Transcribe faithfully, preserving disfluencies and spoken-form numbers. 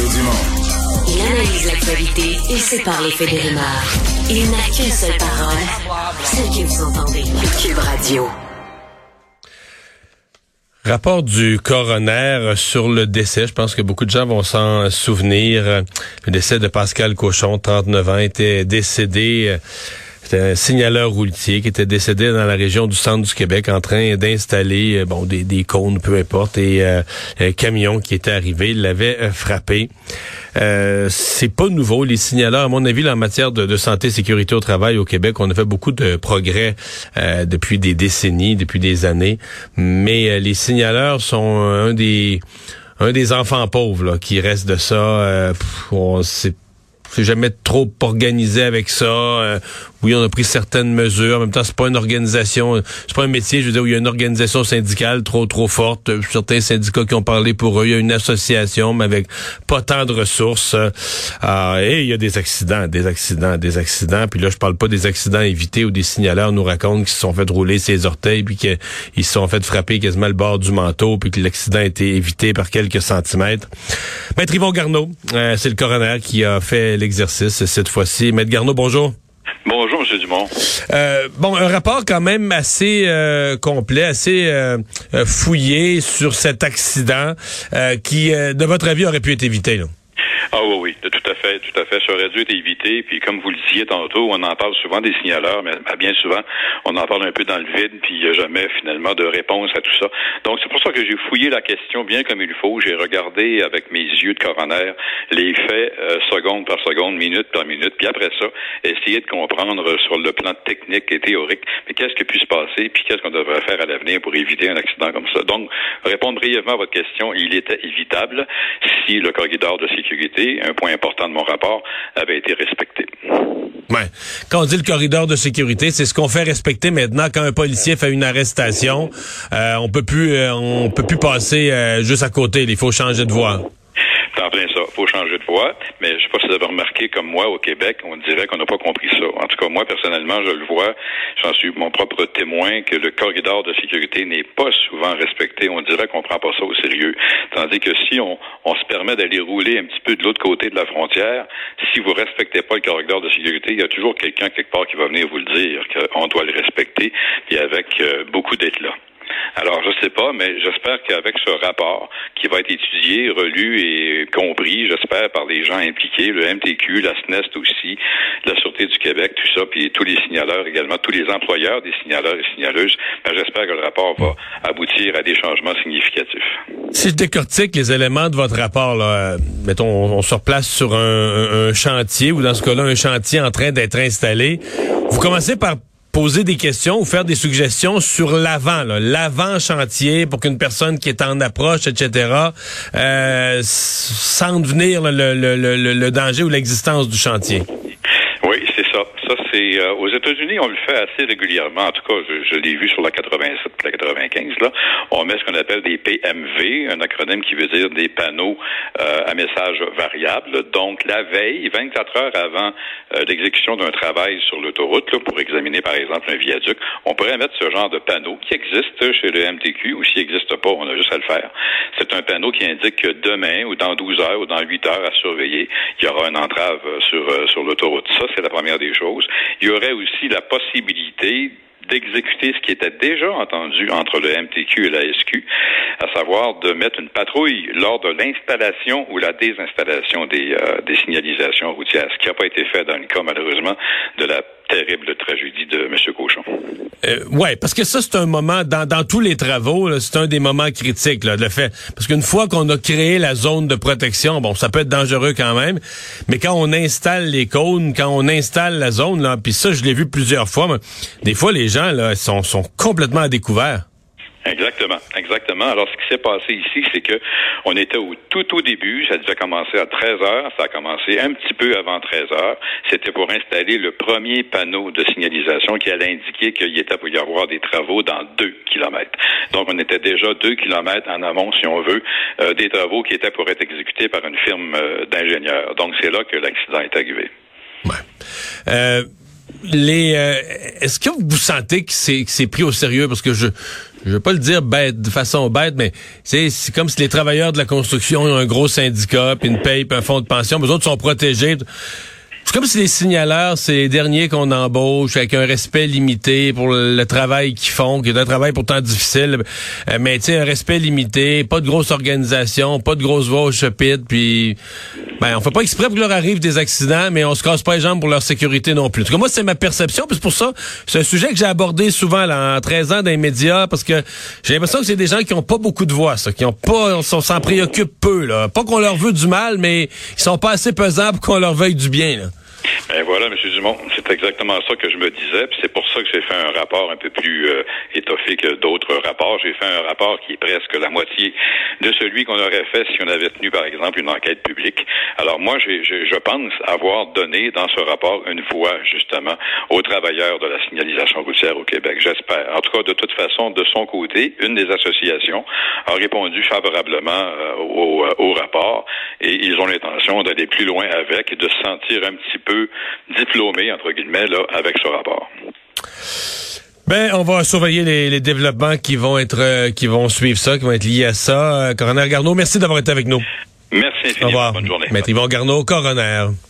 Dumont. Il analyse l'actualité et sépare les faits des rumeurs. Il n'a qu'une seule parole, celle que vous entendez. Cube Radio. Rapport du coroner sur le décès. Je pense que beaucoup de gens vont s'en souvenir. Le décès de Pascal Cochon, trente-neuf ans, était décédé. C'était un signaleur routier qui était décédé dans la région du centre du Québec en train d'installer bon des, des cônes, peu importe, et euh, un camion qui était arrivé l'avait euh, frappé. Euh, c'est pas nouveau. Les signaleurs, à mon avis, là, en matière de, de santé et sécurité au travail au Québec, on a fait beaucoup de progrès euh, depuis des décennies, depuis des années. Mais euh, les signaleurs sont un des un des enfants pauvres là, qui reste de ça. Euh, pff, on sait C'est jamais trop organisé avec ça. Euh, oui, on a pris certaines mesures. En même temps, c'est pas une organisation, c'est pas un métier, je veux dire, où il y a une organisation syndicale trop, trop forte. Certains syndicats qui ont parlé pour eux. Il y a une association, mais avec pas tant de ressources. Euh, et il y a des accidents, des accidents, des accidents. Puis là, je parle pas des accidents évités où des signaleurs nous racontent qu'ils se sont fait rouler ses orteils puis qu'ils se sont fait frapper quasiment le bord du manteau puis que l'accident a été évité par quelques centimètres. Maître Yvon Garneau, euh, c'est le coroner qui a fait l'exercice cette fois-ci. Maître Garneau, bonjour. Bonjour, M. Dumont. Euh, bon, un rapport quand même assez euh, complet, assez euh, fouillé sur cet accident euh, qui, euh, de votre avis, aurait pu être évité, là. Ah oui, oui, tout à fait, tout à fait. Ça aurait dû être évité. Puis comme vous le disiez tantôt, on en parle souvent des signaleurs, mais bien souvent, on en parle un peu dans le vide, puis il n'y a jamais finalement de réponse à tout ça. Donc c'est pour ça que j'ai fouillé la question bien comme il faut. J'ai regardé avec mes yeux de coroner les faits euh, seconde par seconde, minute par minute, puis après ça, essayer de comprendre sur le plan technique et théorique, mais qu'est-ce qui a pu se passer, puis qu'est-ce qu'on devrait faire à l'avenir pour éviter un accident comme ça. Donc, répondre brièvement à votre question, il était évitable si le corridor de sécurité, un point important de mon rapport, avait été respecté. Ouais. Quand on dit le corridor de sécurité, c'est ce qu'on fait respecter maintenant quand un policier fait une arrestation. Euh, on peut plus, euh, on peut plus passer euh, juste à côté. Il faut changer de voie. C'est en plein ça. Il faut changer de voie. Mais je ne sais pas si vous avez remarqué, comme moi, au Québec, on dirait qu'on n'a pas compris ça. En tout cas, moi, personnellement, je le vois. J'en suis mon propre témoin que le corridor de sécurité n'est pas souvent respecté. On dirait qu'on prend pas ça au sérieux. Tandis que si on, on se permet d'aller rouler un petit peu de l'autre côté de la frontière, si vous respectez pas le corridor de sécurité, il y a toujours quelqu'un quelque part qui va venir vous le dire qu'on doit le respecter, et avec euh, beaucoup d'éclat. Alors, je sais pas, mais j'espère qu'avec ce rapport, qui va être étudié, relu et compris, j'espère, par les gens impliqués, le M T Q, la S N E S T aussi, la Sûreté du Québec, tout ça, puis tous les signaleurs également, tous les employeurs des signaleurs et signaleuses, ben, j'espère que le rapport va aboutir à des changements significatifs. Si je décortique les éléments de votre rapport, là, euh, mettons, on, on se replace sur un, un, un chantier, ou dans ce cas-là, un chantier en train d'être installé, vous commencez par poser des questions ou faire des suggestions sur l'avant, là, l'avant-chantier pour qu'une personne qui est en approche, et cetera, euh, sente venir là, le, le, le, le danger ou l'existence du chantier. Oui, c'est ça. Ça, c'est euh, aux États-Unis, on le fait assez régulièrement. En tout cas, je, je l'ai vu sur la quatre-vingt-sept, la quatre-vingt-quinze. Là, on met ce qu'on appelle des P M V, un acronyme qui veut dire des panneaux euh, à message variable. Donc, la veille, vingt-quatre heures avant euh, l'exécution d'un travail sur l'autoroute, là, pour examiner par exemple un viaduc, on pourrait mettre ce genre de panneau qui existe chez le M T Q, ou s'il n'existe pas, on a juste à le faire. C'est un panneau qui indique que demain, ou dans douze heures, ou dans huit heures à surveiller, il y aura une entrave sur euh, sur l'autoroute. Ça, c'est la première des choses. Il y aurait aussi la possibilité d'exécuter ce qui était déjà entendu entre le M T Q et la S Q, à savoir de mettre une patrouille lors de l'installation ou la désinstallation des, euh, des signalisations routières, ce qui n'a pas été fait dans le cas, malheureusement, de la terrible tragédie de M. Cochon. Euh, ouais, parce que ça, c'est un moment, dans, dans tous les travaux, là, c'est un des moments critiques, là, le fait. Parce qu'une fois qu'on a créé la zone de protection, bon, ça peut être dangereux quand même, mais quand on installe les cônes, quand on installe la zone, là, puis ça, je l'ai vu plusieurs fois, mais des fois, les gens, là, sont, sont complètement à découvert. Exactement, exactement. Alors, ce qui s'est passé ici, c'est que on était au tout au début, ça devait commencer à treize heures, ça a commencé un petit peu avant treize heures. C'était pour installer le premier panneau de signalisation qui allait indiquer qu'il était pour y avoir des travaux dans deux kilomètres. Donc, on était déjà deux kilomètres en amont, si on veut, euh, des travaux qui étaient pour être exécutés par une firme euh, d'ingénieurs. Donc, c'est là que l'accident est arrivé. Ouais. Euh... les, euh, est-ce que vous sentez que c'est, que c'est pris au sérieux? Parce que je, je veux pas le dire bête, de façon bête, mais c'est, c'est comme si les travailleurs de la construction ont un gros syndicat, puis une paye, puis un fonds de pension, mais eux autres sont protégés. C'est comme si les signaleurs, c'est les derniers qu'on embauche avec un respect limité pour le travail qu'ils font, qui est un travail pourtant difficile, euh, mais tu sais, un respect limité, pas de grosse organisation, pas de grosses voix au chapitre, puis ben on fait pas exprès pour qu'il leur arrive des accidents, mais on se casse pas les jambes pour leur sécurité non plus. En tout cas, moi, c'est ma perception, puis c'est pour ça, c'est un sujet que j'ai abordé souvent là, en treize ans dans les médias, parce que j'ai l'impression que c'est des gens qui ont pas beaucoup de voix, ça, qui ont pas, on s'en préoccupe peu, là. Pas qu'on leur veut du mal, mais ils sont pas assez pesants pour qu'on leur veuille du bien, là. Ben voilà, M. Dumont, c'est exactement ça que je me disais, puis c'est pour ça que j'ai fait un rapport un peu plus euh, étoffé que d'autres rapports. J'ai fait un rapport qui est presque la moitié de celui qu'on aurait fait si on avait tenu, par exemple, une enquête publique. Alors moi, j'ai, je, je pense avoir donné dans ce rapport une voix, justement, aux travailleurs de la signalisation routière au Québec, j'espère. En tout cas, de toute façon, de son côté, une des associations a répondu favorablement euh, au, au rapport, et ils ont l'intention d'aller plus loin avec et de se sentir un petit peu diplômé, entre guillemets, là, avec ce rapport. Ben, on va surveiller les, les développements qui vont être, euh, qui vont suivre ça, qui vont être liés à ça. Euh, Coroner Garneau, merci d'avoir été avec nous. Merci infiniment. Au revoir. Bonne journée. Maître Yvon Garneau, coroner.